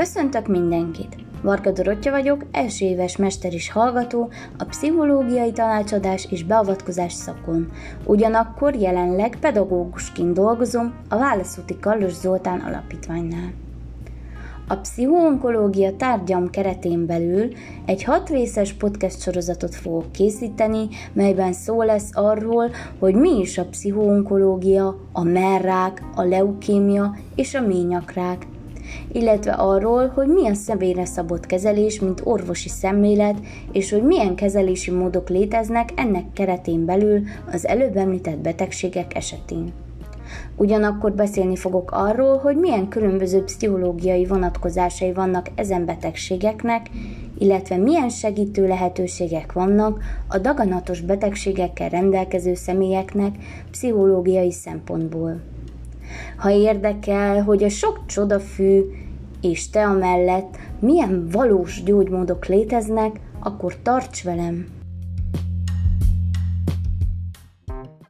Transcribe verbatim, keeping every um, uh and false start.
Köszöntök mindenkit! Varga Dorottya vagyok, első éves mester és hallgató a pszichológiai tanácsadás és beavatkozás szakon. Ugyanakkor jelenleg pedagógusként dolgozom a Válaszúti Kallos Zoltán Alapítványnál. A pszichoonkológia tárgyam keretén belül egy hatrészes podcast sorozatot fogok készíteni, melyben szó lesz arról, hogy mi is a pszichoonkológia, a mellrák, a leukémia és a ményakrák, illetve arról, hogy mi a személyre szabott kezelés, mint orvosi szemlélet, és hogy milyen kezelési módok léteznek ennek keretén belül az előbb említett betegségek esetén. Ugyanakkor beszélni fogok arról, hogy milyen különböző pszichológiai vonatkozásai vannak ezen betegségeknek, illetve milyen segítő lehetőségek vannak a daganatos betegségekkel rendelkező személyeknek pszichológiai szempontból. Ha érdekel, hogy a sok csodafű és tea mellett milyen valós gyógymódok léteznek, akkor tarts velem!